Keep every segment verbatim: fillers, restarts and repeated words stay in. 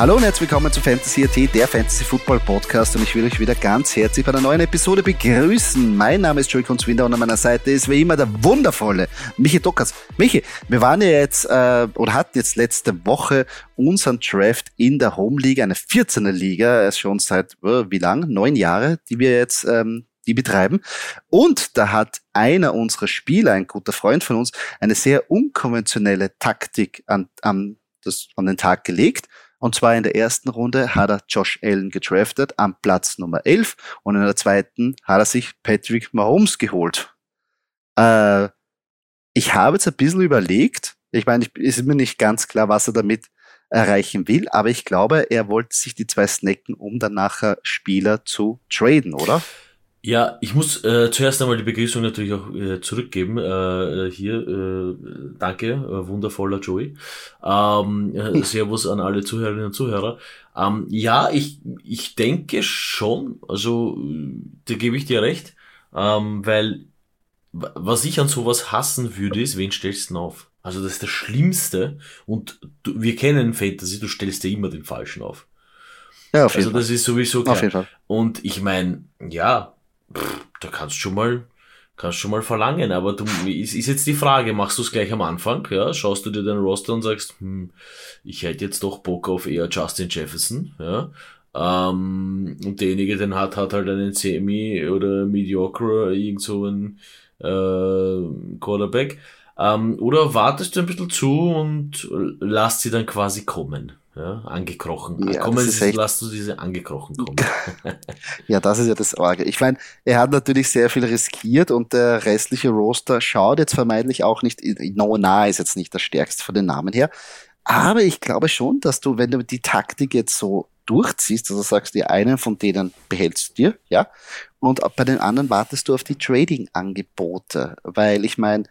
Hallo und herzlich willkommen zu Fantasy Punkt at, der Fantasy Football Podcast, und ich will euch wieder ganz herzlich bei einer neuen Episode begrüßen. Mein Name ist Joey Kunzwinder und an meiner Seite ist wie immer der wundervolle Michi Dockers. Michi, wir waren ja jetzt, äh, oder hatten jetzt letzte Woche unseren Draft in der Home League, eine vierzehner Liga, schon seit, äh, wie lang? Neun Jahre, die wir jetzt, ähm, die betreiben. Und da hat einer unserer Spieler, ein guter Freund von uns, eine sehr unkonventionelle Taktik an, an, das, an den Tag gelegt. Und zwar in der ersten Runde hat er Josh Allen gedraftet am Platz Nummer elf und in der zweiten hat er sich Patrick Mahomes geholt. Äh, ich habe jetzt ein bisschen überlegt, ich meine, es ist mir nicht ganz klar, was er damit erreichen will, aber ich glaube, er wollte sich die zwei snacken, um dann nachher Spieler zu traden, oder? Ja, ich muss äh, zuerst einmal die Begrüßung natürlich auch äh, zurückgeben. Äh, hier, äh, danke, äh, wundervoller Joey. Ähm, äh, Servus an alle Zuhörerinnen und Zuhörer. Ähm, ja, ich ich denke schon, also da gebe ich dir recht, ähm, weil w- was ich an sowas hassen würde, ist, wen stellst du denn auf? Also das ist das Schlimmste, und du, wir kennen Fantasy, du stellst dir immer den Falschen auf. Ja, auf jeden Also Fall. das ist sowieso klar. Auf jeden Fall. Und ich meine, ja, pff, da kannst schon mal, kannst schon mal verlangen, aber du, ist, ist jetzt die Frage, machst du es gleich am Anfang, ja, schaust du dir den Roster und sagst, hm, ich hätte jetzt doch Bock auf eher Justin Jefferson, ja, ähm, und derjenige, den hat, hat halt einen Semi oder Mediocre, irgend so ein, äh, Quarterback, ähm, oder wartest du ein bisschen zu und lass sie dann quasi kommen. Ja, angekrochen. Ja, kommen, das ist echt, lass du diese angekrochen kommen. ja, das ist ja das Orge. Ich meine, er hat natürlich sehr viel riskiert und der restliche Roster schaut jetzt vermeintlich auch nicht, no, nah ist jetzt nicht das stärkste von den Namen her, aber ich glaube schon, dass du, wenn du die Taktik jetzt so durchziehst, also sagst, die einen von denen behältst du dir, ja, und bei den anderen wartest du auf die Trading-Angebote, weil ich meine,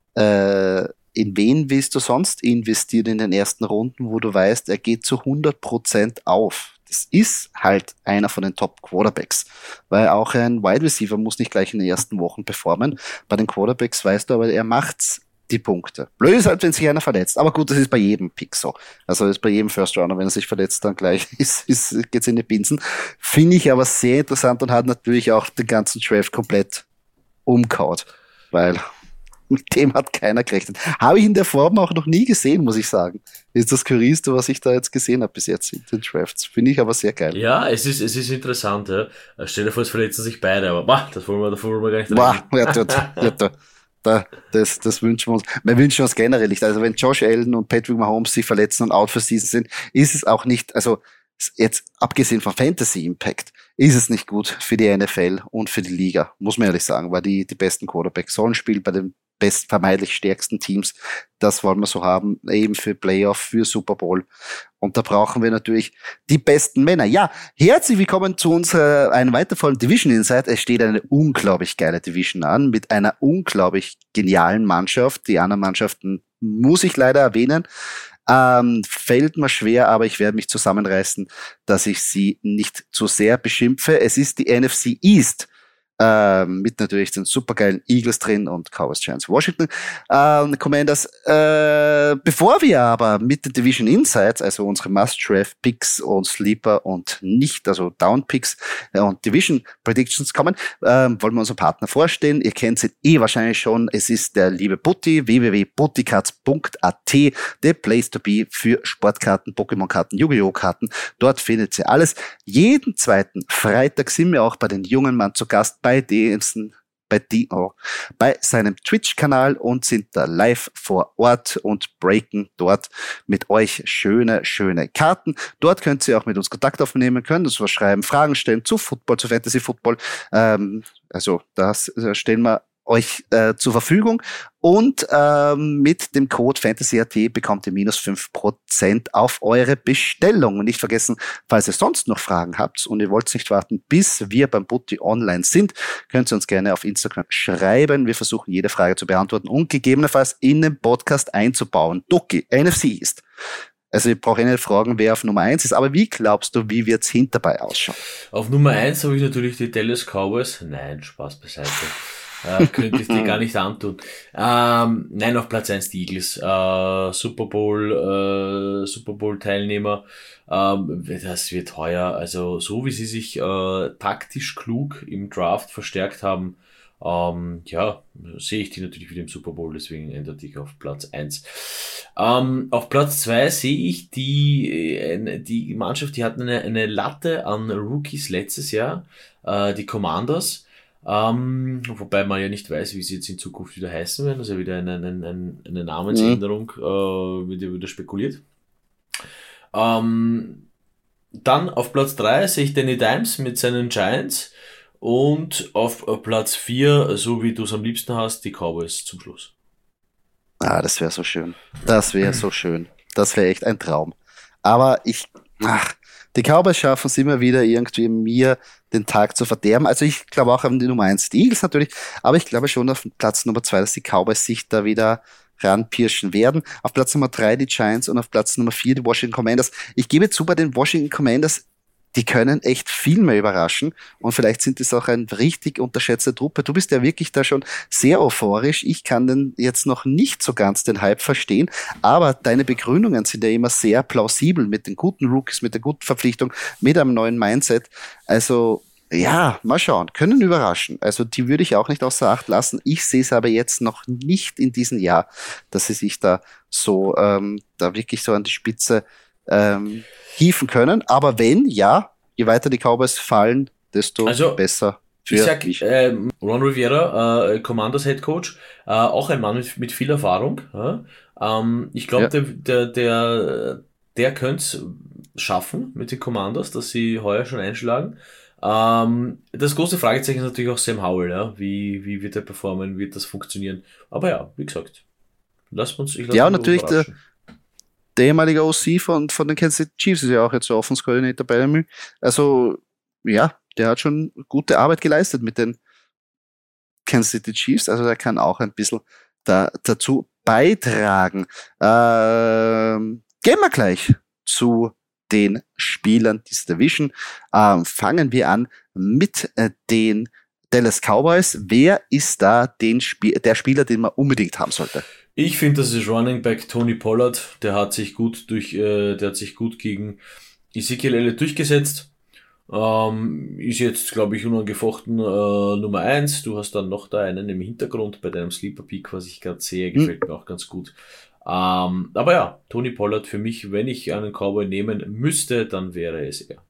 äh, in wen willst du sonst investieren in den ersten Runden, wo du weißt, er geht zu hundert Prozent auf? Das ist halt einer von den Top-Quarterbacks, weil auch ein Wide Receiver muss nicht gleich in den ersten Wochen performen. Bei den Quarterbacks weißt du aber, er macht die Punkte. Blöd ist halt, wenn sich einer verletzt. Aber gut, das ist bei jedem Pick so. Also das ist bei jedem First Rounder, wenn er sich verletzt, dann gleich ist, ist, geht's in die Binsen. Finde ich aber sehr interessant und hat natürlich auch den ganzen Draft komplett umgehauen, weil mit dem hat keiner gerechnet. Habe ich in der Form auch noch nie gesehen, muss ich sagen. Das ist das Skurrilste, was ich da jetzt gesehen habe bis jetzt in den Drafts. Finde ich aber sehr geil. Ja, es ist, es ist interessant, ja. Stell dir vor, es verletzen sich beide, aber bah, das wollen wir, das wollen wir gar nicht Boah, ja, da, ja, da, da, das, das wünschen wir uns. Wir wünschen uns generell nicht. Also wenn Josh Allen und Patrick Mahomes sich verletzen und out for season sind, ist es auch nicht, also jetzt abgesehen vom Fantasy Impact, ist es nicht gut für die N F L und für die Liga, muss man ehrlich sagen, weil die, die besten Quarterbacks sollen spielen bei den best vermeintlich stärksten Teams. Das wollen wir so haben, eben für Playoff, für Super Bowl. Und da brauchen wir natürlich die besten Männer. Ja, herzlich willkommen zu unserer, einem weitervollen Division Insight. Es steht eine unglaublich geile Division an, mit einer unglaublich genialen Mannschaft. Die anderen Mannschaften muss ich leider erwähnen. Ähm, fällt mir schwer, aber ich werde mich zusammenreißen, dass ich sie nicht zu sehr beschimpfe. Es ist die N F C East. Ähm, mit natürlich den supergeilen Eagles drin und Cowboys, Giants, Washington ähm, Commanders. Äh, bevor wir aber mit den Division Insights, also unsere Must-Draft-Picks und Sleeper und nicht, also Down-Picks äh, und Division Predictions kommen, ähm, wollen wir unseren Partner vorstellen. Ihr kennt sie eh wahrscheinlich schon. Es ist der liebe Butti, w w w punkt butticards punkt a t, the place to be für Sportkarten, Pokémon-Karten, Yu-Gi-Oh! Karten. Dort findet ihr alles. Jeden zweiten Freitag sind wir auch bei den jungen Mann zu Gast bei bei Diensten, bei, die, oh, bei seinem Twitch-Kanal und sind da live vor Ort und breaken dort mit euch schöne, schöne Karten. Dort könnt ihr auch mit uns Kontakt aufnehmen, könnt uns was schreiben, Fragen stellen zu Football, zu Fantasy Football. Ähm, also das stellen wir euch äh, zur Verfügung. Und ähm, mit dem Code FANTASYAT bekommt ihr minus fünf Prozent auf eure Bestellung. Und nicht vergessen, falls ihr sonst noch Fragen habt und ihr wollt nicht warten, bis wir beim Butti online sind, könnt ihr uns gerne auf Instagram schreiben. Wir versuchen, jede Frage zu beantworten und gegebenenfalls in den Podcast einzubauen. Doki, N F C ist. Also ich brauche nicht fragen, wer auf Nummer eins ist, aber wie glaubst du, wie wird's hinterbei ausschauen? Auf Nummer eins habe ich natürlich die Dallas Cowboys. Nein, Spaß beiseite. Äh, könnte ich dir gar nicht antun. Ähm, nein, auf Platz eins die Eagles. Äh, Super Bowl, äh, Super Bowl Teilnehmer. Ähm, das wird heuer, also so wie sie sich äh, taktisch klug im Draft verstärkt haben, ähm, ja, sehe ich die natürlich wieder im Super Bowl, deswegen ändert ich auf Platz eins. Ähm, auf Platz zwei sehe ich die, äh, die Mannschaft, die hatten eine, eine Latte an Rookies letztes Jahr, äh, die Commanders. Ähm, wobei man ja nicht weiß, wie sie jetzt in Zukunft wieder heißen werden. Also wieder eine, eine, eine Mhm. Namensänderung äh, wird ja wieder spekuliert. Ähm, dann auf Platz drei sehe ich Danny Dimes mit seinen Giants. Und auf äh, Platz vier, so wie du es am liebsten hast, die Cowboys zum Schluss. Ah, das wäre so schön. Das wäre so schön. Das wäre echt ein Traum. Aber ich, ach, die Cowboys schaffen es immer wieder irgendwie mir den Tag zu verderben. Also ich glaube auch an die Nummer eins, die Eagles natürlich, aber ich glaube schon auf Platz Nummer zwei, dass die Cowboys sich da wieder ranpirschen werden. Auf Platz Nummer drei die Giants und auf Platz Nummer vier die Washington Commanders. Ich gebe zu, bei den Washington Commanders, die können echt viel mehr überraschen und vielleicht sind das auch eine richtig unterschätzte Truppe. Du bist ja wirklich da schon sehr euphorisch. Ich kann den jetzt noch nicht so ganz den Hype verstehen, aber deine Begründungen sind ja immer sehr plausibel mit den guten Rookies, mit der guten Verpflichtung, mit einem neuen Mindset. Also ja, mal schauen, können überraschen. Also die würde ich auch nicht außer Acht lassen. Ich sehe es aber jetzt noch nicht in diesem Jahr, dass sie sich da so ähm, da wirklich so an die Spitze ähm, hieven können. Aber wenn, ja, je weiter die Cowboys fallen, desto Also, besser ich für sag, mich. ähm, Ron Rivera, äh, Commanders Head Coach, äh, auch ein Mann mit, mit viel Erfahrung. Ja? Ähm, ich glaube, Ja. der, der, der, der könnte es schaffen mit den Commanders, dass sie heuer schon einschlagen. Ähm, das große Fragezeichen ist natürlich auch Sam Howell. Ja? Wie, wie wird er performen? Wird das funktionieren? Aber ja, wie gesagt, lass uns, ich lasse Ja, und mich natürlich der, überraschen. der ehemalige O C von, von den Kansas City Chiefs ist ja auch jetzt der Offense-Koordinator bei mir. Also, ja, der hat schon gute Arbeit geleistet mit den Kansas City Chiefs. Also, der kann auch ein bisschen da, dazu beitragen. Ähm, gehen wir gleich zu den Spielern dieser Division. Ähm, fangen wir an mit äh, den Dallas Cowboys. Wer ist da den Spiel der Spieler, den man unbedingt haben sollte? Ich finde, das ist Running Back Tony Pollard. Der hat sich gut durch, äh, der hat sich gut gegen Ezekiel Elliott durchgesetzt. Ähm, ist jetzt, glaube ich, unangefochten äh, Nummer eins. Du hast dann noch da einen im Hintergrund bei deinem Sleeper Peak, was ich gerade sehe, Hm? gefällt mir auch ganz gut. Ähm, aber ja, Tony Pollard für mich, wenn ich einen Cowboy nehmen müsste, dann wäre es er.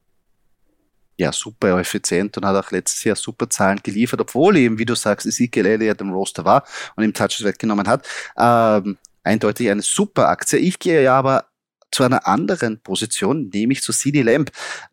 Ja, super effizient und hat auch letztes Jahr super Zahlen geliefert, obwohl eben, wie du sagst, Ezekiel Elliott im Roster war und im Touches weggenommen hat. Ähm, eindeutig eine super Aktie. Ich gehe ja aber zu einer anderen Position, nämlich zu CeeDee Lamb.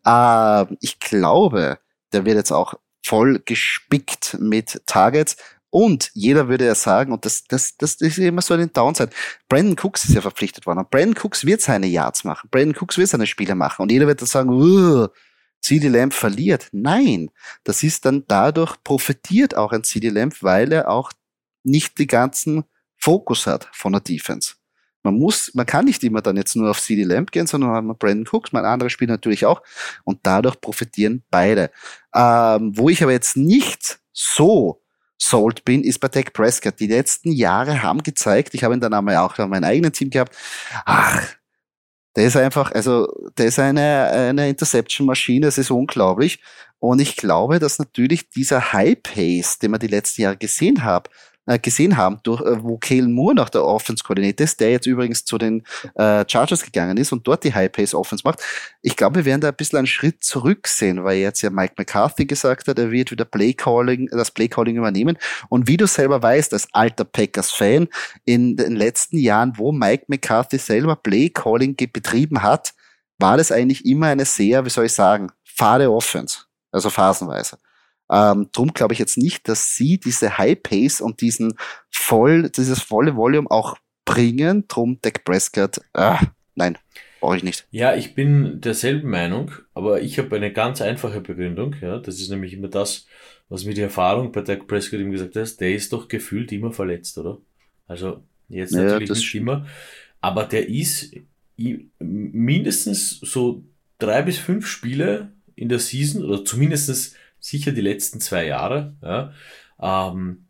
Ähm, ich glaube, der wird jetzt auch voll gespickt mit Targets. Und jeder würde ja sagen, und das, das, das ist immer so eine Downside. Brandon Cooks ist ja verpflichtet worden. Und Brandon Cooks wird seine Yards machen. Brandon Cooks wird seine Spiele machen. Und jeder wird dann sagen, uh, CeeDee Lamb verliert. Nein, das ist dann dadurch profitiert auch ein CeeDee Lamb, weil er auch nicht die ganzen Fokus hat von der Defense. Man muss, man kann nicht immer dann jetzt nur auf CeeDee Lamb gehen, sondern hat man Brandon Cooks, mein anderes Spiel natürlich auch. Und dadurch profitieren beide. Ähm, wo ich aber jetzt nicht so sold bin, ist bei Dak Prescott. Die letzten Jahre haben gezeigt, ich habe ihn dann einmal auch in meinem eigenen Team gehabt, ach, der ist einfach, also der ist eine, eine Interception-Maschine, es ist unglaublich. Und ich glaube, dass natürlich dieser High-Pace, den wir die letzten Jahre gesehen haben, äh, gesehen haben, durch, äh, wo Kalen Moore noch der Offense-Koordinator ist, der jetzt übrigens zu den äh, Chargers gegangen ist und dort die High-Pace-Offense macht. Ich glaube, wir werden da ein bisschen einen Schritt zurücksehen, weil jetzt ja Mike McCarthy gesagt hat, er wird wieder Play-Calling, das Play-Calling übernehmen. Und wie du selber weißt, als alter Packers-Fan, in den letzten Jahren, wo Mike McCarthy selber Play-Calling betrieben hat, war das eigentlich immer eine sehr, wie soll ich sagen, fade Offense. Also phasenweise. Ähm, drum glaube ich jetzt nicht, dass sie diese High Pace und diesen voll, dieses volle Volume auch bringen. Drum Dak Prescott, ah, nein, brauche ich nicht. Ja, ich bin derselben Meinung, aber ich habe eine ganz einfache Begründung. Ja, das ist nämlich immer das, was mir die Erfahrung bei Dak Prescott ihm gesagt hat. Der ist doch gefühlt immer verletzt, oder? Also jetzt Ja, natürlich das nicht stimmt. immer, aber der ist i- mindestens so drei bis fünf Spiele in der Season oder zumindestens sicher die letzten zwei Jahre. Ja, ähm,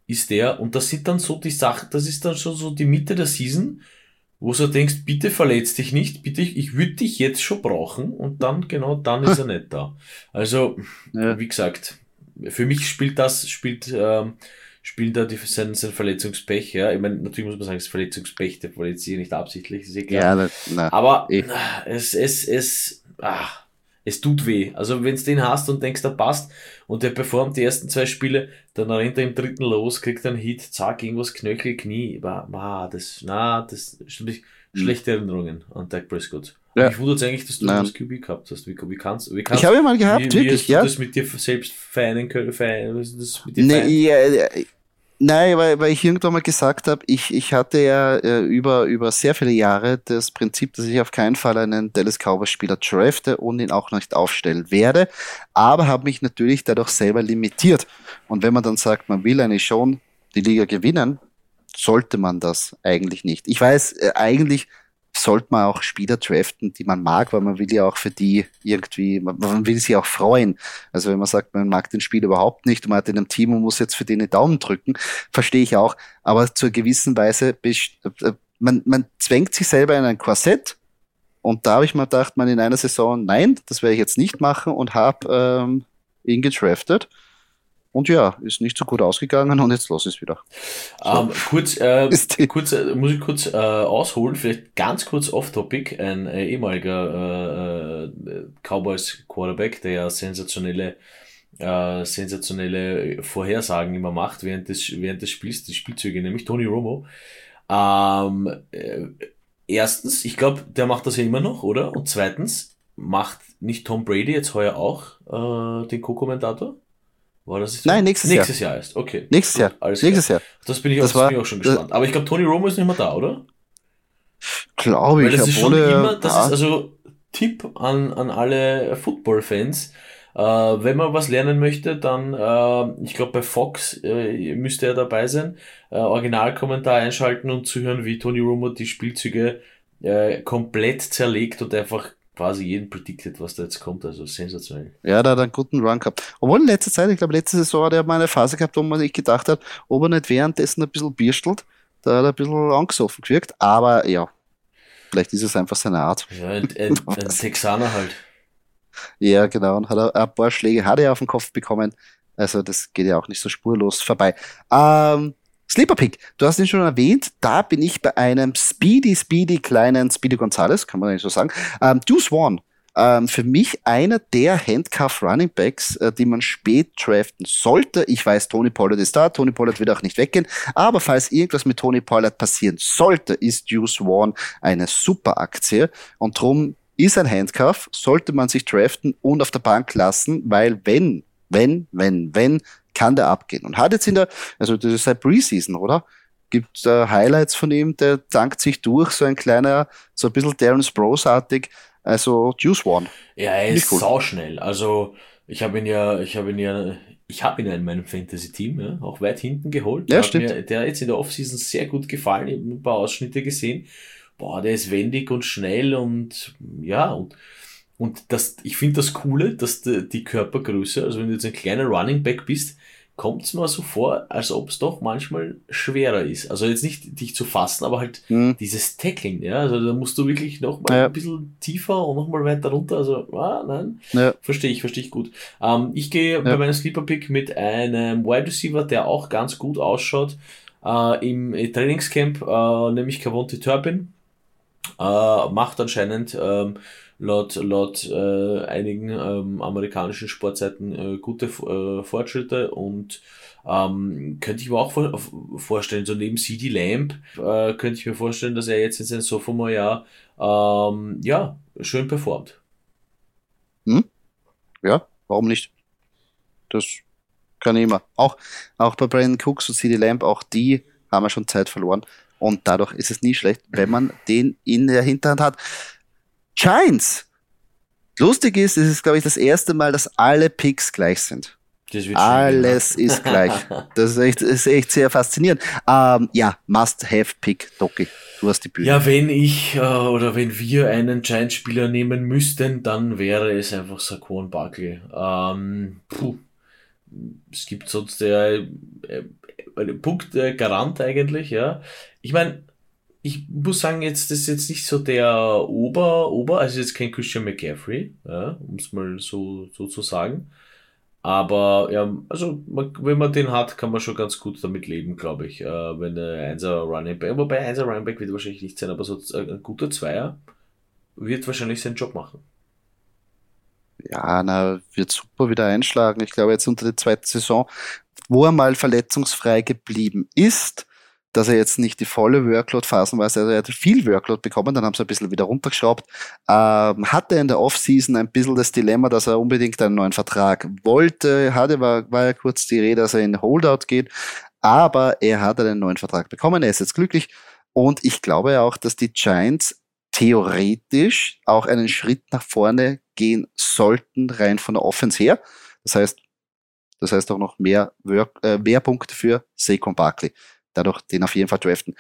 ist der, und das sind dann so die Sachen, das ist dann schon so die Mitte der Season, wo du denkst, bitte verletz dich nicht, bitte, ich würde dich jetzt schon brauchen, und dann, genau dann ist er nicht da. Also, Ja. wie gesagt, für mich spielt das, spielt, ähm, spielt da die, sein, sein Verletzungspech, ja. Ich meine, natürlich muss man sagen, es ist Verletzungspech, der verletzt sich nicht absichtlich, ist eh klar. Ja, na, na, Aber eh. es, es, es, ah, es tut weh. Also wenn du den hast und denkst, der passt und der performt die ersten zwei Spiele, dann rennt er im dritten los, kriegt einen Hit, zack, irgendwas Knöchel, Knie, bah, bah, das, na, das stimmt, schlechte Erinnerungen an Dak Prescott. Ja. Mich wundert es eigentlich, dass du Nein. das Q B gehabt hast. Wie, wie kannst, wie kannst, Ich habe ihn mal gehabt, wie, wie wirklich, hast du ja. das mit dir selbst feinen können, fein, das mit dir Nee, fein? ja, ja, nein, weil, weil ich irgendwann mal gesagt habe, ich, ich hatte ja äh, über, über sehr viele Jahre das Prinzip, dass ich auf keinen Fall einen Dallas Cowboys-Spieler drafte und ihn auch nicht aufstellen werde, aber habe mich natürlich dadurch selber limitiert. Und wenn man dann sagt, man will eigentlich schon die Liga gewinnen, sollte man das eigentlich nicht. Ich weiß, äh, eigentlich sollte man auch Spieler draften, die man mag, weil man will ja auch für die irgendwie, man, man will sie auch freuen. Also wenn man sagt, man mag den Spieler überhaupt nicht und man hat in einem Team und muss jetzt für den den Daumen drücken, verstehe ich auch. Aber zur gewissen Weise, best- äh, man, man zwängt sich selber in ein Korsett. Und da habe ich mir gedacht, man in einer Saison, nein, das werde ich jetzt nicht machen und habe ähm, ihn gedraftet. Und ja, ist nicht so gut ausgegangen und jetzt los ist wieder. So. Ähm, kurz, äh, Ist die, kurz, äh, muss ich kurz äh, ausholen, vielleicht ganz kurz off-topic, ein äh, ehemaliger äh, äh, Cowboys-Quarterback, der ja sensationelle, äh, sensationelle Vorhersagen immer macht während des, während des Spiels, die Spielzüge, nämlich Tony Romo. Ähm, äh, erstens, ich glaube, der macht das ja immer noch, oder? Und zweitens, macht nicht Tom Brady jetzt heuer auch äh, den Co-Kommentator? War das so? nein, nächstes Jahr. Nächstes Jahr erst, okay. Nächstes Jahr. Gut, alles klar. Nächstes Jahr. Das bin ich auch, Das das bin ich war, auch schon äh, gespannt. Aber ich glaube, Tony Romo ist nicht mehr da, oder? glaube Weil ich, das ist schon obwohl er, immer, das ist ja, also Tipp an, an alle Football-Fans. Äh, wenn man was lernen möchte, dann, äh, ich glaube, bei Fox äh, müsste er dabei sein, äh, Originalkommentar einschalten und zuhören, wie Tony Romo die Spielzüge äh, komplett zerlegt und einfach quasi jeden predicted, was da jetzt kommt. Also sensationell. ja, da hat er einen guten Run gehabt. Obwohl in letzter Zeit, ich glaube, letzte Saison hat er mal eine Phase gehabt, wo man sich gedacht hat, ob er nicht währenddessen ein bisschen birstelt. Da hat er ein bisschen angesoffen gewirkt. Aber ja, vielleicht ist es einfach seine Art. Ja, ein, ein, ein Texaner halt. Ja, genau. Und hat er ein paar Schläge hat er auf den Kopf bekommen. Also das geht ja auch nicht so spurlos vorbei. Ähm, Sleeper Pick, du hast ihn schon erwähnt. Da bin ich bei einem Speedy, Speedy kleinen Speedy Gonzales, kann man nicht so sagen. Ähm, Deuce Vaughn. Ähm, für mich einer der Handcuff Running Backs, äh, die man spät draften sollte. Ich weiß, Tony Pollard ist da. Tony Pollard wird auch nicht weggehen. Aber falls irgendwas mit Tony Pollard passieren sollte, ist Deuce Vaughn eine super Aktie. Und drum ist ein Handcuff, sollte man sich draften und auf der Bank lassen, weil wenn, wenn, wenn, wenn, kann der abgehen. Und hat jetzt in der, also das ist seit Preseason, oder? Gibt äh, Highlights von ihm, der dankt sich durch, so ein kleiner, so ein bisschen Darren Sproles-artig, also Deuce Vaughn. Ja, er Nicht ist cool. sauschnell. Also ich habe ihn ja, ich habe ihn ja, ich habe ihn ja in meinem Fantasy-Team, ja, auch weit hinten geholt. Der Ja, hat stimmt. mir, der hat jetzt in der Offseason sehr gut gefallen. Ich habe ein paar Ausschnitte gesehen. Boah, der ist wendig und schnell und ja, und, und das, ich finde das Coole, dass die, die Körpergröße, also wenn du jetzt ein kleiner Running Back bist, kommt es mir so vor, als ob es doch manchmal schwerer ist. Also jetzt nicht dich zu fassen, aber halt Hm. dieses Tackling, ja, also da musst du wirklich noch mal Ja. ein bisschen tiefer und noch mal weiter runter, also, ah, nein, Ja, verstehe ich, verstehe ich gut. Ähm, ich gehe bei ja. meinem Sleeper Pick mit einem Wide Receiver, der auch ganz gut ausschaut, äh, im Trainingscamp, äh, nämlich Cavonte Turpin, äh, macht anscheinend, ähm, laut, laut äh, einigen ähm, amerikanischen Sportseiten äh, gute äh, Fortschritte und ähm, könnte ich mir auch vor, vorstellen, so neben C D Lamb äh, könnte ich mir vorstellen, dass er jetzt in seinem Sophomore-Jahr ähm, ja, schön performt. Hm? Ja, warum nicht? Das kann ich immer. Auch, auch bei Brandon Cooks und C D Lamb, auch die haben ja schon Zeit verloren. Und dadurch ist es nie schlecht, wenn man den in der Hinterhand hat. Giants. Lustig ist, es ist, glaube ich, das erste Mal, dass alle Picks gleich sind. Das wird Alles schön, ist gleich. Das ist echt, ist echt sehr faszinierend. Ähm, ja, Must-Have-Pick, Doki. Du hast die Bühne. Ja, wenn ich äh, oder wenn wir einen Giants-Spieler nehmen müssten, dann wäre es einfach Saquon Barkley. Ähm, puh. Es gibt sonst, äh, äh, Punktgarant eigentlich, ja. Ich meine, ich muss sagen, jetzt, das ist jetzt nicht so der Ober, Ober, also jetzt kein Christian McCaffrey, ja, um es mal so, so zu sagen. Aber ja, also man, wenn man den hat, kann man schon ganz gut damit leben, glaube ich. Äh, wenn der Einser Running Back, wobei Einser Running Back wird wahrscheinlich nicht sein, aber so ein guter Zweier wird wahrscheinlich seinen Job machen. Ja, na, wird super wieder einschlagen. Ich glaube, jetzt unter der zweiten Saison, wo er mal verletzungsfrei geblieben ist, dass er jetzt nicht die volle Workload phasenweise, also er hat viel Workload bekommen, dann haben sie ein bisschen wieder runtergeschraubt, ähm, hatte in der Offseason ein bisschen das Dilemma, dass er unbedingt einen neuen Vertrag wollte, hatte, war, war ja kurz die Rede, dass er in Holdout geht, aber er hat einen neuen Vertrag bekommen, er ist jetzt glücklich und ich glaube auch, dass die Giants theoretisch auch einen Schritt nach vorne gehen sollten, rein von der Offense her. Das heißt, das heißt auch noch mehr, Work, äh, mehr Punkte für Saquon Barkley. Dadurch den auf jeden Fall draften.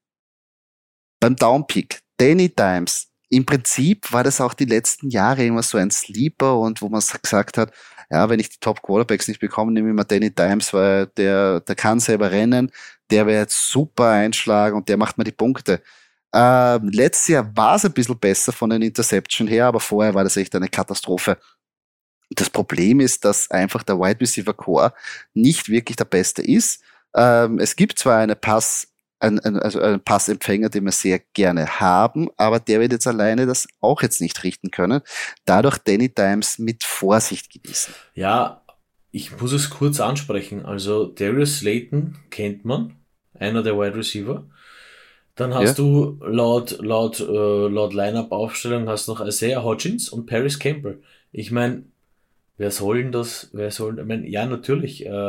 Beim Downpick, Danny Dimes, im Prinzip war das auch die letzten Jahre immer so ein Sleeper und wo man gesagt hat, ja, wenn ich die Top Quarterbacks nicht bekomme, nehme ich mal Danny Dimes, weil der, der kann selber rennen, der wäre jetzt super einschlagen und der macht mir die Punkte. Ähm, letztes Jahr war es ein bisschen besser von den Interception her, aber vorher war das echt eine Katastrophe. Das Problem ist, dass einfach der Wide Receiver Core nicht wirklich der beste ist. Ähm, es gibt zwar eine Pass, ein, ein, also einen Passempfänger, den wir sehr gerne haben, aber der wird jetzt alleine das auch jetzt nicht richten können. Dadurch Danny Dimes mit Vorsicht genießen. Ja, ich muss es kurz ansprechen. Also Darius Slayton kennt man, einer der Wide Receiver. Dann hast ja. du laut laut äh, laut Line-Up-Aufstellung hast noch Isaiah Hodgins und Paris Campbell. Ich meine, wer soll denn das? Wer soll? Ich meine, ja, natürlich äh,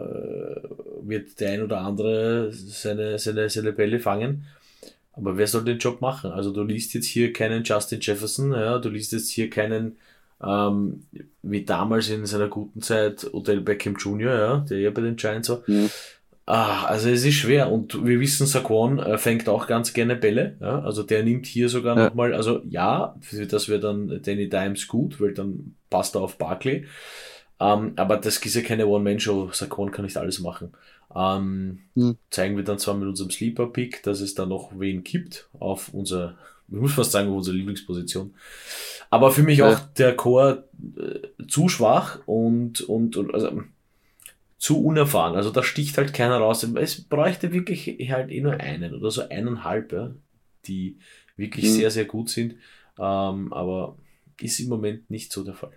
wird der ein oder andere seine seine seine Bälle fangen, aber wer soll den Job machen? Also du liest jetzt hier keinen Justin Jefferson, ja, du liest jetzt hier keinen ähm, wie damals in seiner guten Zeit Odell Beckham Junior, ja, der ja bei den Giants war. Mhm. Ah, also es ist schwer und wir wissen, Saquon äh, fängt auch ganz gerne Bälle, ja, also der nimmt hier sogar ja. nochmal, also ja, für das wäre dann Danny Dimes gut, weil dann passt er auf Barkley, ähm, aber das ist ja keine One-Man-Show, Saquon kann nicht alles machen. Ähm, hm. Zeigen wir dann zwar mit unserem Sleeper-Pick, dass es da noch wen gibt auf unser, ich muss fast sagen, auf unsere Lieblingsposition, aber für mich ja. auch der Core äh, zu schwach und, und, und also zu unerfahren. Also da sticht halt keiner raus. Es bräuchte wirklich halt eh nur einen oder so eineinhalb, ja, die wirklich mhm. sehr, sehr gut sind. Ähm, aber ist im Moment nicht so der Fall.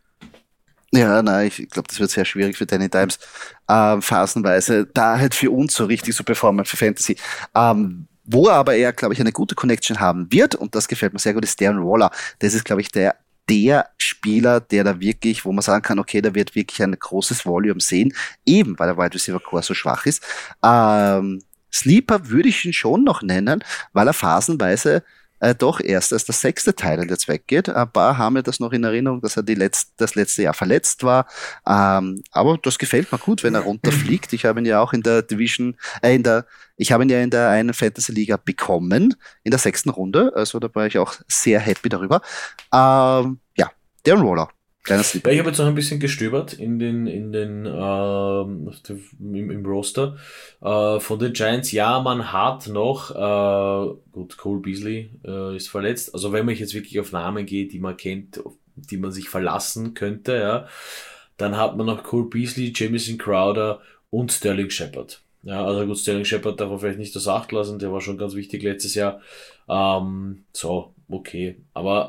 Ja, nein, ich glaube, das wird sehr schwierig für Danny Dimes. Ähm, phasenweise da halt für uns so richtig so performen für Fantasy. Ähm, wo aber er, glaube ich, eine gute Connection haben wird, und das gefällt mir sehr gut, ist Darren Waller. Das ist, glaube ich, der der Spieler, der da wirklich, wo man sagen kann, okay, da wird wirklich ein großes Volume sehen, eben weil der Wide Receiver Core so schwach ist. Ähm, Sleeper würde ich ihn schon noch nennen, weil er phasenweise äh, doch erst als der sechste Teil jetzt weggeht. Ein paar haben ja das noch in Erinnerung, dass er die letzt, das letzte Jahr verletzt war. Ähm, aber das gefällt mir gut, wenn er runterfliegt. Ich habe ihn ja auch in der Division, äh, in der, ich habe ihn ja in der einen Fantasy Liga bekommen, in der sechsten Runde. Also da war ich auch sehr happy darüber. Ähm, ja, Darren Waller. Ja, ich habe jetzt noch ein bisschen gestöbert in den, in den, ähm, im, im Roster äh, von den Giants. Ja, man hat noch, äh, gut, Cole Beasley äh, ist verletzt. Also wenn man jetzt wirklich auf Namen geht, die man kennt, auf die man sich verlassen könnte, ja, dann hat man noch Cole Beasley, Jamison Crowder und Sterling Shepard. Ja, also gut, Sterling Shepard darf man vielleicht nicht aus Acht lassen, der war schon ganz wichtig letztes Jahr. Ähm, so, okay, aber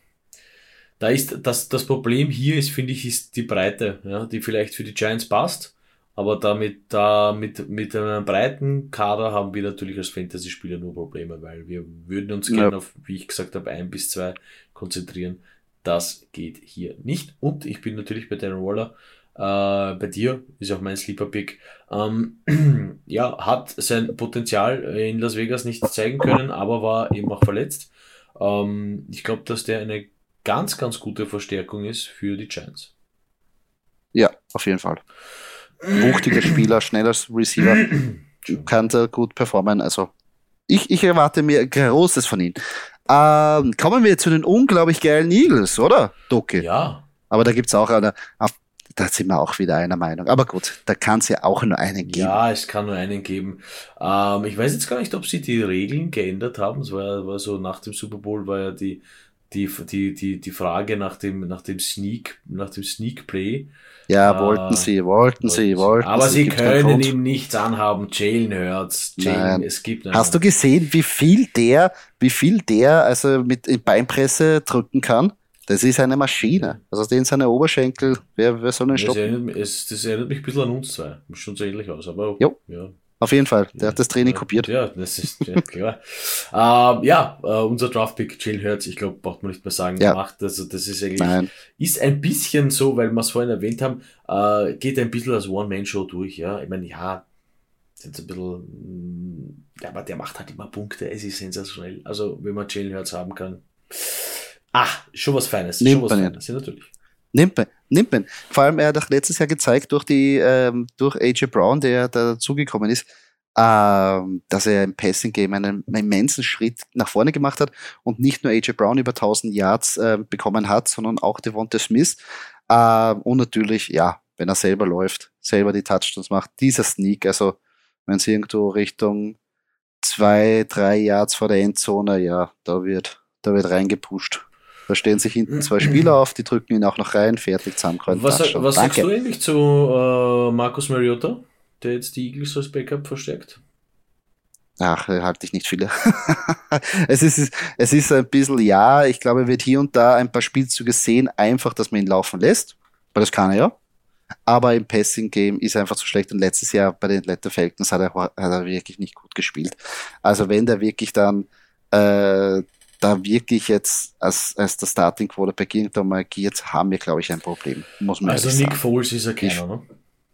da ist das, das Problem hier ist, finde ich, ist die Breite, ja, die vielleicht für die Giants passt, aber damit, da mit, mit einem breiten Kader haben wir natürlich als Fantasy-Spieler nur Probleme, weil wir würden uns ja. gerne auf, wie ich gesagt habe, ein bis zwei konzentrieren. Das geht hier nicht. Und ich bin natürlich bei Darren Waller, äh, bei dir, ist auch mein Sleeper-Pick, ähm, ja, hat sein Potenzial in Las Vegas nicht zeigen können, aber war eben auch verletzt. Ähm, ich glaube, dass der eine ganz, ganz gute Verstärkung ist für die Giants. Ja, auf jeden Fall. Wuchtiger Spieler, schneller Receiver, kann er gut performen. Also ich, ich erwarte mir Großes von ihm. Ähm, kommen wir zu den unglaublich geilen Eagles, oder, Doki? Ja. Aber da gibt's auch eine, da sind wir auch wieder einer Meinung. Aber gut, da kann es ja auch nur einen geben. Ja, es kann nur einen geben. Ähm, ich weiß jetzt gar nicht, ob sie die Regeln geändert haben. Es war, war so, nach dem Super Bowl war ja die, die, die, die, die Frage nach dem, nach dem Sneak, nach dem Sneak Play. Ja, äh, wollten sie, wollten sie, wollten Aber sie. sie können ihm nichts anhaben. Jalen Hurts, Jalen, es gibt einen. Hast du gesehen, wie viel der, wie viel der also mit in Beinpresse drücken kann? Das ist eine Maschine. Also den seine Oberschenkel, wer, wer soll denn das stoppen? erinnert, es, das erinnert mich ein bisschen an uns zwei. Sieht schon so ähnlich aus, aber Jo. ja. Auf jeden Fall, der hat das Training ja, kopiert. Ja, das ist ja, klar. ähm, ja, äh, unser Draftpick, Jalen Hurts, ich glaube, braucht man nicht mehr sagen, Ja. macht. Also das ist eigentlich, Nein. ist ein bisschen so, weil wir es vorhin erwähnt haben, äh, geht ein bisschen als One-Man-Show durch, ja. Ich meine, ja, sind ein bisschen, ja, aber der macht halt immer Punkte, es ist sensationell. Also, wenn man Jalen Hurts haben kann. Ah, schon was Feines, Nimmt schon was man Feines, ja, natürlich. Nimmt man, nimmt man. Vor allem, er hat auch letztes Jahr gezeigt durch die, ähm, durch A J Brown, der da dazugekommen ist, ähm, dass er im Passing Game einen immensen Schritt nach vorne gemacht hat und nicht nur A J Brown über tausend Yards äh, bekommen hat, sondern auch Devonta Smith. Äh, und natürlich, ja, wenn er selber läuft, selber die Touchdowns macht, dieser Sneak, also wenn es irgendwo Richtung zwei, drei Yards vor der Endzone, ja, da wird, da wird reingepusht. Da stehen sich hinten zwei Spieler auf, die drücken ihn auch noch rein, fertig, zusammenkreuzen. Was, Touchdown. was sagst Danke. du eigentlich zu äh, Marcus Mariota, der jetzt die Eagles als Backup verstärkt? Ach, da halte ich nicht viele. es ist, es ist ein bisschen, ja, ich glaube, er wird hier und da ein paar Spielzüge sehen, einfach, dass man ihn laufen lässt, weil das kann er ja. Aber im Passing-Game ist er einfach zu schlecht und letztes Jahr bei den Atlanta Falcons hat er, hat er wirklich nicht gut gespielt. Also wenn der wirklich dann äh, da wirklich jetzt als, als der Starting Quarterback irgendwann mal agiert, haben wir, glaube ich, ein Problem. Muss man Also ehrlich Nick sagen. Foles ist ja keiner, ne?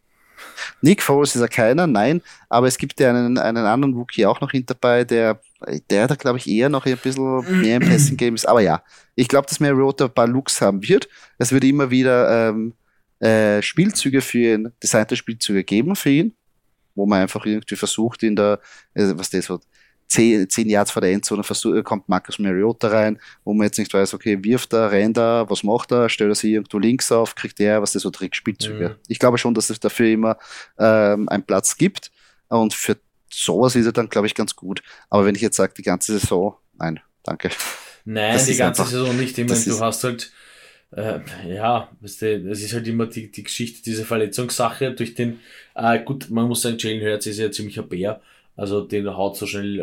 Nick Foles ist ja keiner, nein, aber es gibt ja einen, einen anderen Rookie auch noch hinter dabei, der, der da, glaube ich, eher noch ein bisschen mehr im Passing-Game ist. Aber ja, ich glaube, dass Mariota ein paar Looks haben wird. Es wird immer wieder ähm, äh, Spielzüge für ihn, designte Spielzüge geben für ihn, wo man einfach irgendwie versucht, in der, äh, was das so, zehn, zehn Yards vor der Endzone versuch, kommt Marcus Mariota rein, wo man jetzt nicht weiß, okay, wirft er, rennt er, was macht er, stellt er sich irgendwo links auf, kriegt er, was das so Trickspielzüge. Mhm. Ich glaube schon, dass es dafür immer ähm, einen Platz gibt und für sowas ist er dann, glaube ich, ganz gut. Aber wenn ich jetzt sage, die ganze Saison, nein, danke. Nein, Das die ist ganze einfach- Saison nicht. Ich meine, das du ist- hast halt, äh, ja, weißt du, es ist halt immer die, die Geschichte, diese Verletzungssache durch den, äh, gut, man muss sagen, Jalen Hurts ist ja ziemlich ein Bär, also den haut so schnell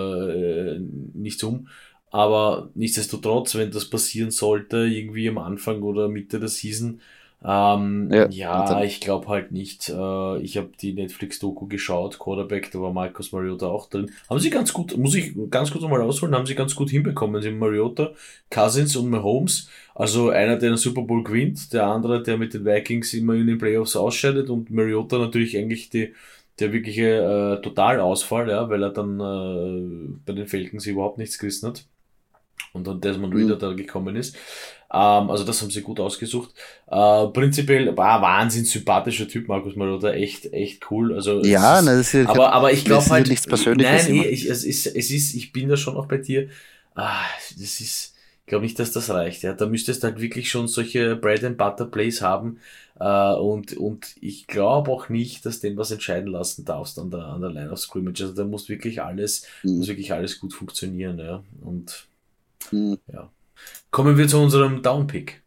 äh, nichts um. Aber nichtsdestotrotz, wenn das passieren sollte, irgendwie am Anfang oder Mitte der Season, ähm, Ja, ja, und dann- ich glaube halt nicht. Äh, ich habe die Netflix-Doku geschaut, Quarterback, da war Marcus Mariota auch drin. Haben sie ganz gut, muss ich ganz kurz nochmal ausholen, haben sie ganz gut hinbekommen. Sie haben Mariota, Cousins und Mahomes, also einer, der den Super Bowl gewinnt, der andere, der mit den Vikings immer in den Playoffs ausscheidet und Mariota natürlich eigentlich die, der wirkliche äh, Totalausfall, ja, weil er dann äh, bei den Falcons überhaupt nichts gerissen hat und dann Desmond Mhm. Ridder da gekommen ist. Ähm, also das haben sie gut ausgesucht. Äh, prinzipiell war Wahnsinn sympathischer Typ, Marcus Mariota, echt, echt cool. Also es Ja, ist, na, das ist ja, aber, aber ich das glaube ist ja halt, nichts Persönliches nein, immer. eh, ich, es ist, es ist, ich bin da schon auch bei dir. Ah, das ist, ich glaube nicht, dass das reicht. Ja, da müsstest du halt wirklich schon solche Bread and Butter Plays haben. Äh, und, und ich glaube auch nicht, dass den was entscheiden lassen darfst an der, an der Line of Scrimmage. Also da muss wirklich alles, Mhm. muss wirklich alles gut funktionieren, ja. Und Mhm. ja. Kommen wir zu unserem Downpick.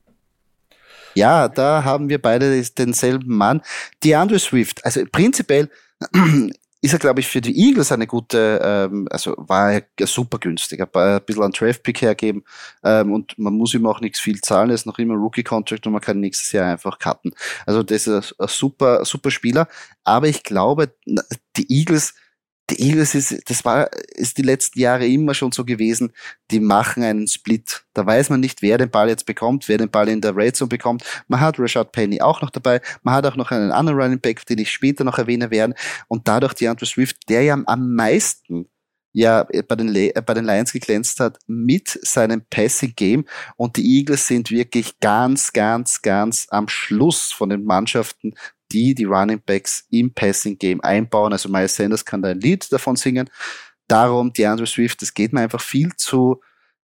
Ja, da haben wir beide denselben Mann. DeAndre Swift, also prinzipiell ist er, glaube ich, für die Eagles eine gute, ähm, also war er super günstig, ein bisschen an Draft-Pick hergeben ähm, und man muss ihm auch nichts viel zahlen, er ist noch immer Rookie-Contract und man kann nächstes Jahr einfach cutten. Also das ist ein super, super Spieler, aber ich glaube, die Eagles, die Eagles ist, das war, ist die letzten Jahre immer schon so gewesen, die machen einen Split. Da weiß man nicht, wer den Ball jetzt bekommt, wer den Ball in der Red Zone bekommt. Man hat Rashad Penny auch noch dabei. Man hat auch noch einen anderen Running Back, den ich später noch erwähnen werde. Und dadurch DeAndre Swift, der ja am meisten ja bei den, Le- bei den Lions geglänzt hat mit seinem Passing Game. Und die Eagles sind wirklich ganz, ganz, ganz am Schluss von den Mannschaften, die die Running Backs im Passing Game einbauen. Also Miles Sanders kann da ein Lied davon singen. Darum DeAndre Swift, das geht mir einfach viel zu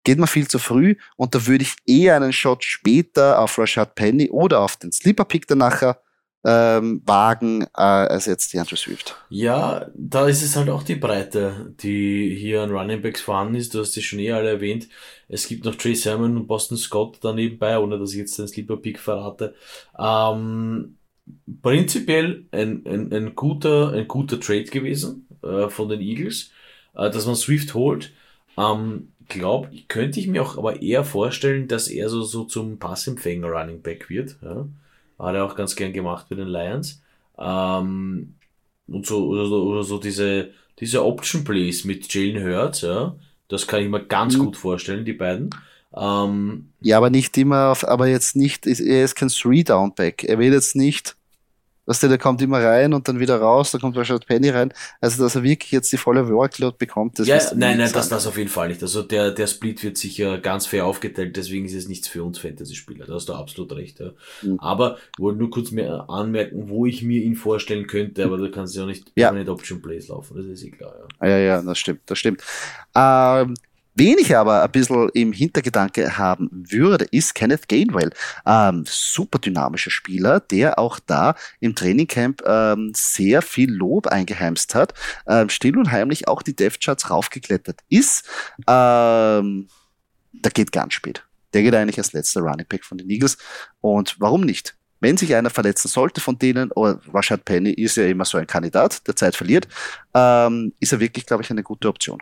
geht mir viel zu früh und da würde ich eher einen Shot später auf Rashad Penny oder auf den Sleeper-Pick dann nachher ähm, wagen, äh, als jetzt die Andrew Swift. Ja, da ist es halt auch die Breite, die hier an Running Backs vorhanden ist. Du hast es schon eh alle erwähnt. Es gibt noch Trey Sermon und Boston Scott da nebenbei, ohne dass ich jetzt den Sleeper-Pick verrate. Ähm, prinzipiell ein, ein, ein guter, ein guter Trade gewesen äh, von den Eagles, äh, dass man Swift holt. Ähm, glaub, könnte ich mir auch aber eher vorstellen, dass er so, so zum Passempfänger Running Back wird. Ja? Hat er auch ganz gern gemacht bei den Lions. Ähm, und so, oder so, oder so diese, diese Option Plays mit Jalen Hurts, ja, das kann ich mir ganz Mhm. gut vorstellen, die beiden. Ähm, Ja, aber nicht immer auf, aber jetzt nicht, ist- er ist kein Three-Down-Back. Er will jetzt nicht, weißt du, der kommt immer rein und dann wieder raus, da kommt Rashad Penny rein. Also, dass er wirklich jetzt die volle Workload bekommt, das ja, wirst du nein, nie nein, das, sagen. das auf jeden Fall nicht. Also der, der Split wird sicher ganz fair aufgeteilt, deswegen ist es nichts für uns Fantasy-Spieler. Da hast du absolut recht. Ja. Mhm. Aber ich wollte nur kurz mehr anmerken, wo ich mir ihn vorstellen könnte, aber da kannst du ja nicht Ja. permanent Option Plays laufen, das ist eh klar. Ja. Ja, ja, das stimmt, das stimmt. Ähm, wen ich aber ein bisschen im Hintergedanke haben würde, ist Kenneth Gainwell. Ähm, super dynamischer Spieler, der auch da im Trainingcamp ähm, sehr viel Lob eingeheimst hat, ähm, still und heimlich auch die Depth-Charts raufgeklettert ist. Ähm, der geht ganz spät. Der geht eigentlich als letzter Running Back von den Eagles. Und warum nicht? Wenn sich einer verletzen sollte von denen, oder Rashad Penny ist ja immer so ein Kandidat, der Zeit verliert, ähm, ist er wirklich, glaube ich, eine gute Option.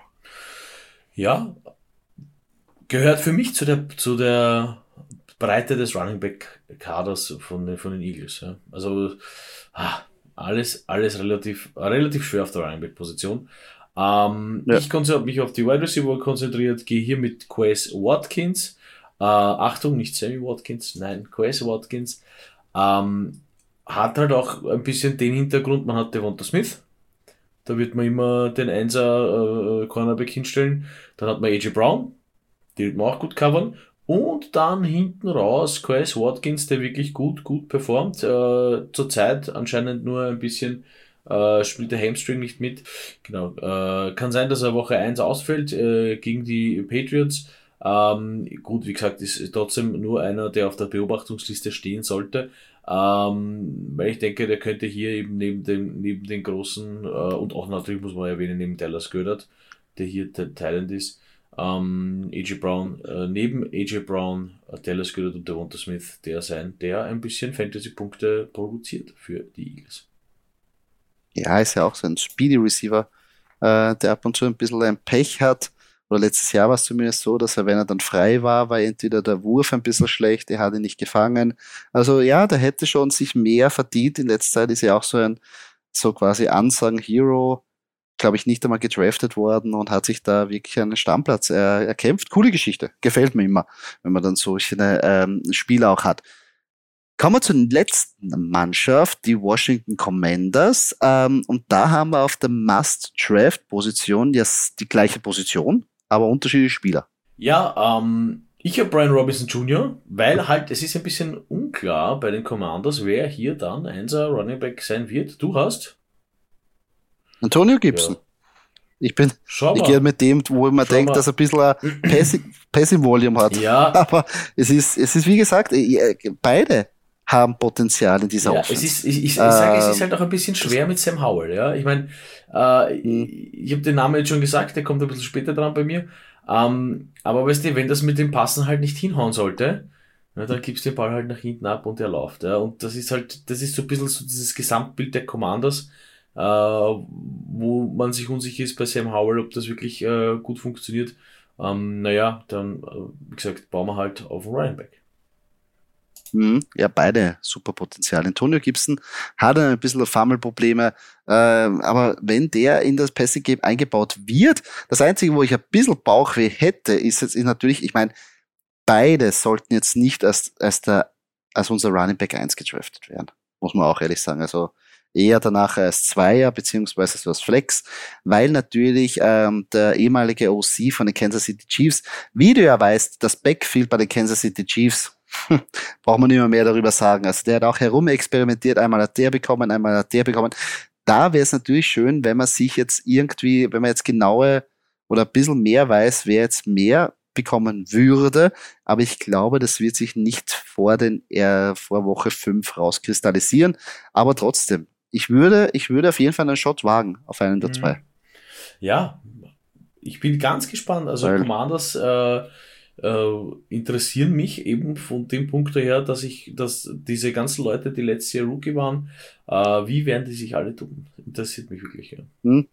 Ja, gehört für mich zu der, zu der Breite des Running Back Kaders von den, von den Eagles. Ja. Also, ah, alles, alles relativ, relativ schwer auf der Running Back Position. Ähm, Ja. Ich habe mich auf die Wide Receiver konzentriert, gehe hier mit Quez Watkins. Äh, Achtung, nicht Sammy Watkins, nein, Quez Watkins. Ähm, hat halt auch ein bisschen den Hintergrund, man hat Devonta Smith. Da wird man immer den Einser äh, Cornerback hinstellen. Dann hat man A J Brown, die wird man auch gut covern. Und dann hinten raus Quez Watkins, der wirklich gut, gut performt. Äh, zurzeit anscheinend nur ein bisschen äh, spielt der Hamstring nicht mit. Genau. Äh, kann sein, dass er Woche eins ausfällt äh, gegen die Patriots. Ähm, gut, wie gesagt, ist trotzdem nur einer, der auf der Beobachtungsliste stehen sollte. Ähm, weil ich denke, der könnte hier eben neben dem, neben den großen, äh, und auch natürlich muss man erwähnen, neben Dallas Goedert, der hier der Thailand ist, ähm, A J Brown, äh, neben A J Brown, äh, Dallas Goedert und Devonta Smith, der sein, der ein bisschen Fantasy-Punkte produziert für die Eagles. Ja, ist ja auch so ein Speedy Receiver, äh, der ab und zu ein bisschen ein Pech hat. Oder letztes Jahr war es zumindest so, dass er, wenn er dann frei war, war entweder der Wurf ein bisschen schlecht, er hat ihn nicht gefangen. Also ja, der hätte schon sich mehr verdient. In letzter Zeit ist er auch so ein, so quasi Unsung-Hero, glaube ich, nicht einmal gedraftet worden und hat sich da wirklich einen Stammplatz äh, erkämpft. Coole Geschichte. Gefällt mir immer, wenn man dann solche ähm, Spieler auch hat. Kommen wir zur letzten Mannschaft, die Washington Commanders. Ähm, und da haben wir auf der Must-Draft-Position jetzt die gleiche Position, aber unterschiedliche Spieler. Ja, ähm, ich habe Brian Robinson Junior, weil halt, es ist ein bisschen unklar bei den Commanders, wer hier dann Einser Running Back sein wird. Du hast? Antonio Gibson. Ja. Ich bin, Schau ich mal. gehe mit dem, wo man Schau denkt, mal. dass er ein bisschen ein Passing, Passing Volume hat. Ja, Aber es ist, es ist wie gesagt, äh, beide haben Potenzial in dieser ja, Offense. es ist, ich, ich, ich sage, es ist Ähm, halt auch ein bisschen schwer mit Sam Howell, ja. Ich meine, äh, Hm. ich, ich habe den Namen jetzt schon gesagt, der kommt ein bisschen später dran bei mir. Ähm, aber weißt du, wenn das mit dem Passen halt nicht hinhauen sollte, ja, dann gibst du den Ball halt nach hinten ab und er läuft, ja. Und das ist halt, das ist so ein bisschen so dieses Gesamtbild der Commanders, äh, wo man sich unsicher ist bei Sam Howell, ob das wirklich äh, gut funktioniert. Ähm, naja, dann, äh, wie gesagt, bauen wir halt auf den Running Back. Mhm. Ja, beide super Potenzial. Antonio Gibson hat ein bisschen Fumble-Probleme, ähm, aber wenn der in das Passing Game eingebaut wird, das Einzige, wo ich ein bisschen Bauchweh hätte, ist jetzt ist natürlich, ich meine, beide sollten jetzt nicht als, als, der, als unser Running Back eins gedraftet werden, muss man auch ehrlich sagen. Also eher danach als Zweier, beziehungsweise so als Flex, weil natürlich ähm, der ehemalige O C von den Kansas City Chiefs, wie du ja weißt, das Backfield bei den Kansas City Chiefs, braucht man nicht mehr, mehr darüber sagen. Also der hat auch herumexperimentiert, einmal hat der bekommen, einmal hat der bekommen. Da wäre es natürlich schön, wenn man sich jetzt irgendwie, wenn man jetzt genaue oder ein bisschen mehr weiß, wer jetzt mehr bekommen würde, aber ich glaube, das wird sich nicht vor den äh, vor Woche fünf rauskristallisieren, aber trotzdem, ich würde, ich würde auf jeden Fall einen Shot wagen auf einen der zwei. Ja, ich bin ganz gespannt. Also Weil, Commanders äh, äh, interessieren mich eben von dem Punkt her, dass ich, dass diese ganzen Leute, die letztes Jahr Rookie waren, äh, wie werden die sich alle tun? Interessiert mich wirklich. Ja, hm,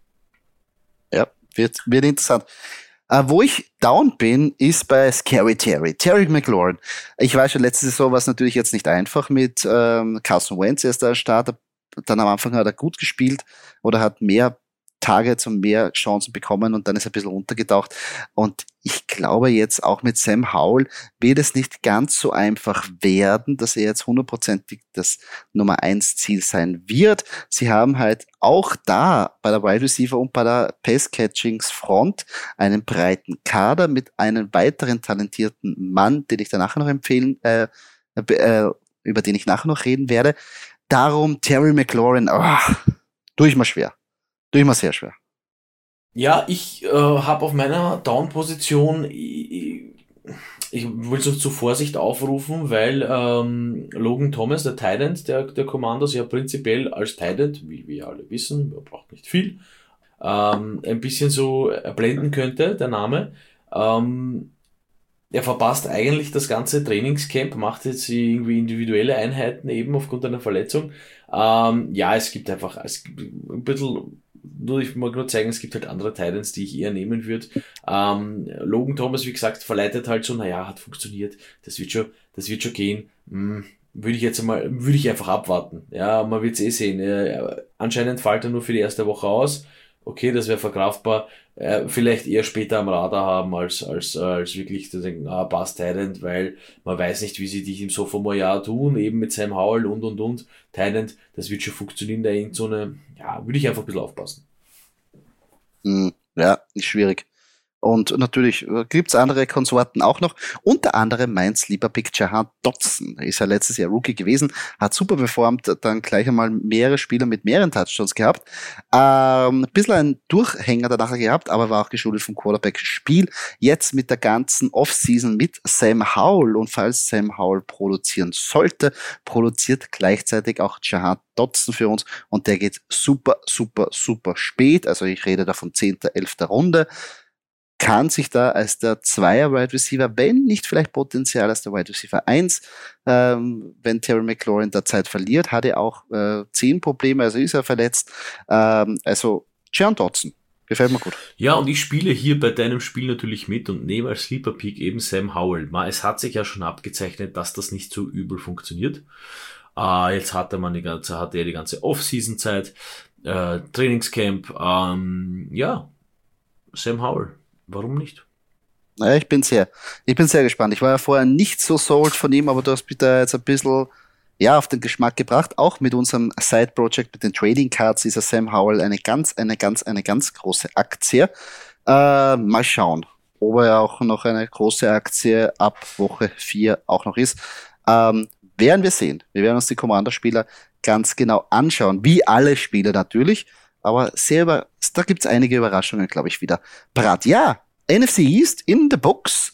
ja wird, wird interessant. Uh, wo ich down bin, ist bei Scary Terry, Terry McLaurin. Ich weiß schon, letzte Saison war es natürlich jetzt nicht einfach mit ähm, Carson Wentz, er ist der Starter. Dann am Anfang hat er gut gespielt oder hat mehr Targets und mehr Chancen bekommen und dann ist er ein bisschen runtergetaucht. Und ich glaube jetzt auch mit Sam Howell wird es nicht ganz so einfach werden, dass er jetzt hundertprozentig das Nummer eins Ziel sein wird. Sie haben halt auch da bei der Wide Receiver und bei der Pass-Catchings Front einen breiten Kader mit einem weiteren talentierten Mann, den ich danach noch empfehlen, äh, äh, über den ich nachher noch reden werde. Darum Terry McLaurin, oh, tue ich mal schwer. Tue ich mal sehr schwer. ja ich äh, habe auf meiner Down-Position, ich, ich will so zur Vorsicht aufrufen, weil ähm, Logan Thomas, der Tight End der, der Commanders, ja prinzipiell als Tight End, wie wir alle wissen, er braucht nicht viel, ähm, ein bisschen so blenden könnte, der Name. Ähm, er verpasst eigentlich das ganze Trainingscamp, macht jetzt irgendwie individuelle Einheiten eben aufgrund einer Verletzung. Ähm, ja, es gibt einfach es gibt ein bisschen, nur ich mag nur zeigen, es gibt halt andere Titans, die ich eher nehmen würde. Ähm, Logan Thomas, wie gesagt, verleitet halt so, naja, hat funktioniert, das wird schon, das wird schon gehen. Hm, würde ich jetzt einmal, würde ich einfach abwarten. Ja, man wird es eh sehen. Äh, anscheinend fällt er nur für die erste Woche aus. Okay, das wäre verkraftbar. Äh, vielleicht eher später am Radar haben, als, als, als wirklich zu denken, ah, passt Tyrant, weil man weiß nicht, wie sie dich im Sophomore-Jahr tun, eben mit Sam Howell und, und, und. Tyrant, das wird schon funktionieren, da irgend so eine, ja, würde ich einfach ein bisschen aufpassen. Hm, ja, ist schwierig. Und natürlich äh, gibt's andere Konsorten auch noch. Unter anderem meins lieber Pick Jahan Dotson. Ist ja letztes Jahr Rookie gewesen, hat super performt, dann gleich einmal mehrere Spieler mit mehreren Touchdowns gehabt. Ähm, ein bisschen ein Durchhänger danach gehabt, aber war auch geschuldet vom Quarterback-Spiel. Jetzt mit der ganzen Offseason mit Sam Howell und falls Sam Howell produzieren sollte, produziert gleichzeitig auch Jahan Dotson für uns und der geht super, super, super spät. Also ich rede da von zehnter, elfter Runde. Kann sich da als der Zweier-Wide Receiver, wenn nicht vielleicht Potenzial als der Wide Receiver eins, ähm, wenn Terry McLaurin da Zeit verliert, hat er auch äh, zehn Probleme, also ist er verletzt. Ähm, also Jahan Dotson, gefällt mir gut. Ja, und ich spiele hier bei deinem Spiel natürlich mit und nehme als Sleeper Pick eben Sam Howell. Es hat sich ja schon abgezeichnet, dass das nicht so übel funktioniert. Äh, jetzt hat er man die ganze, hat er die ganze Off-Season-Zeit, äh, Trainingscamp, ähm, ja, Sam Howell. Warum nicht? Naja, ich bin sehr, ich bin sehr gespannt. Ich war ja vorher nicht so sold von ihm, aber du hast mich da jetzt ein bisschen, ja, auf den Geschmack gebracht. Auch mit unserem Side-Project, mit den Trading Cards, ist er Sam Howell eine ganz, eine ganz, eine ganz große Aktie. Äh, mal schauen, ob er auch noch eine große Aktie ab Woche vier auch noch ist. Ähm, werden wir sehen. Wir werden uns die Commander-Spieler ganz genau anschauen. Wie alle Spieler natürlich. Aber sehr über, da gibt's einige Überraschungen, glaube ich, wieder. Parat, ja, N F C East in the books.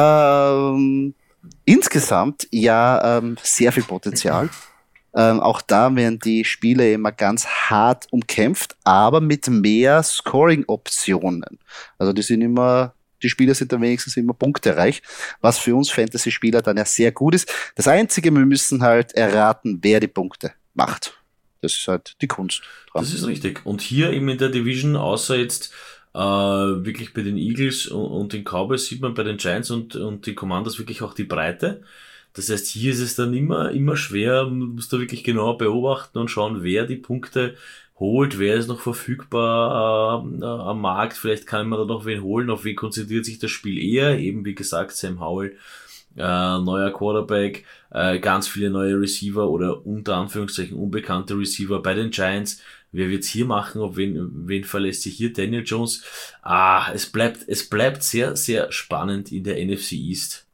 Ähm, insgesamt ja ähm, sehr viel Potenzial. Ähm, auch da werden die Spiele immer ganz hart umkämpft, aber mit mehr Scoring-Optionen. Also die sind immer, die Spiele sind dann wenigstens immer punktereich, was für uns Fantasy-Spieler dann ja sehr gut ist. Das Einzige, wir müssen halt erraten, wer die Punkte macht. Das ist halt die Kunst dran. Das ist richtig. Und hier eben in der Division, außer jetzt äh, wirklich bei den Eagles und, und den Cowboys, sieht man bei den Giants und, und den Commanders wirklich auch die Breite. Das heißt, hier ist es dann immer, immer schwer, man muss da wirklich genau beobachten und schauen, wer die Punkte holt, wer ist noch verfügbar äh, am Markt, vielleicht kann man da noch wen holen, auf wen konzentriert sich das Spiel eher, eben wie gesagt, Sam Howell, Äh, neuer Quarterback, äh, ganz viele neue Receiver oder unter Anführungszeichen unbekannte Receiver bei den Giants. Wer wird's hier machen? Auf wen, wen verlässt sich hier Daniel Jones? Ah, es bleibt, es bleibt sehr, sehr spannend in der N F C East.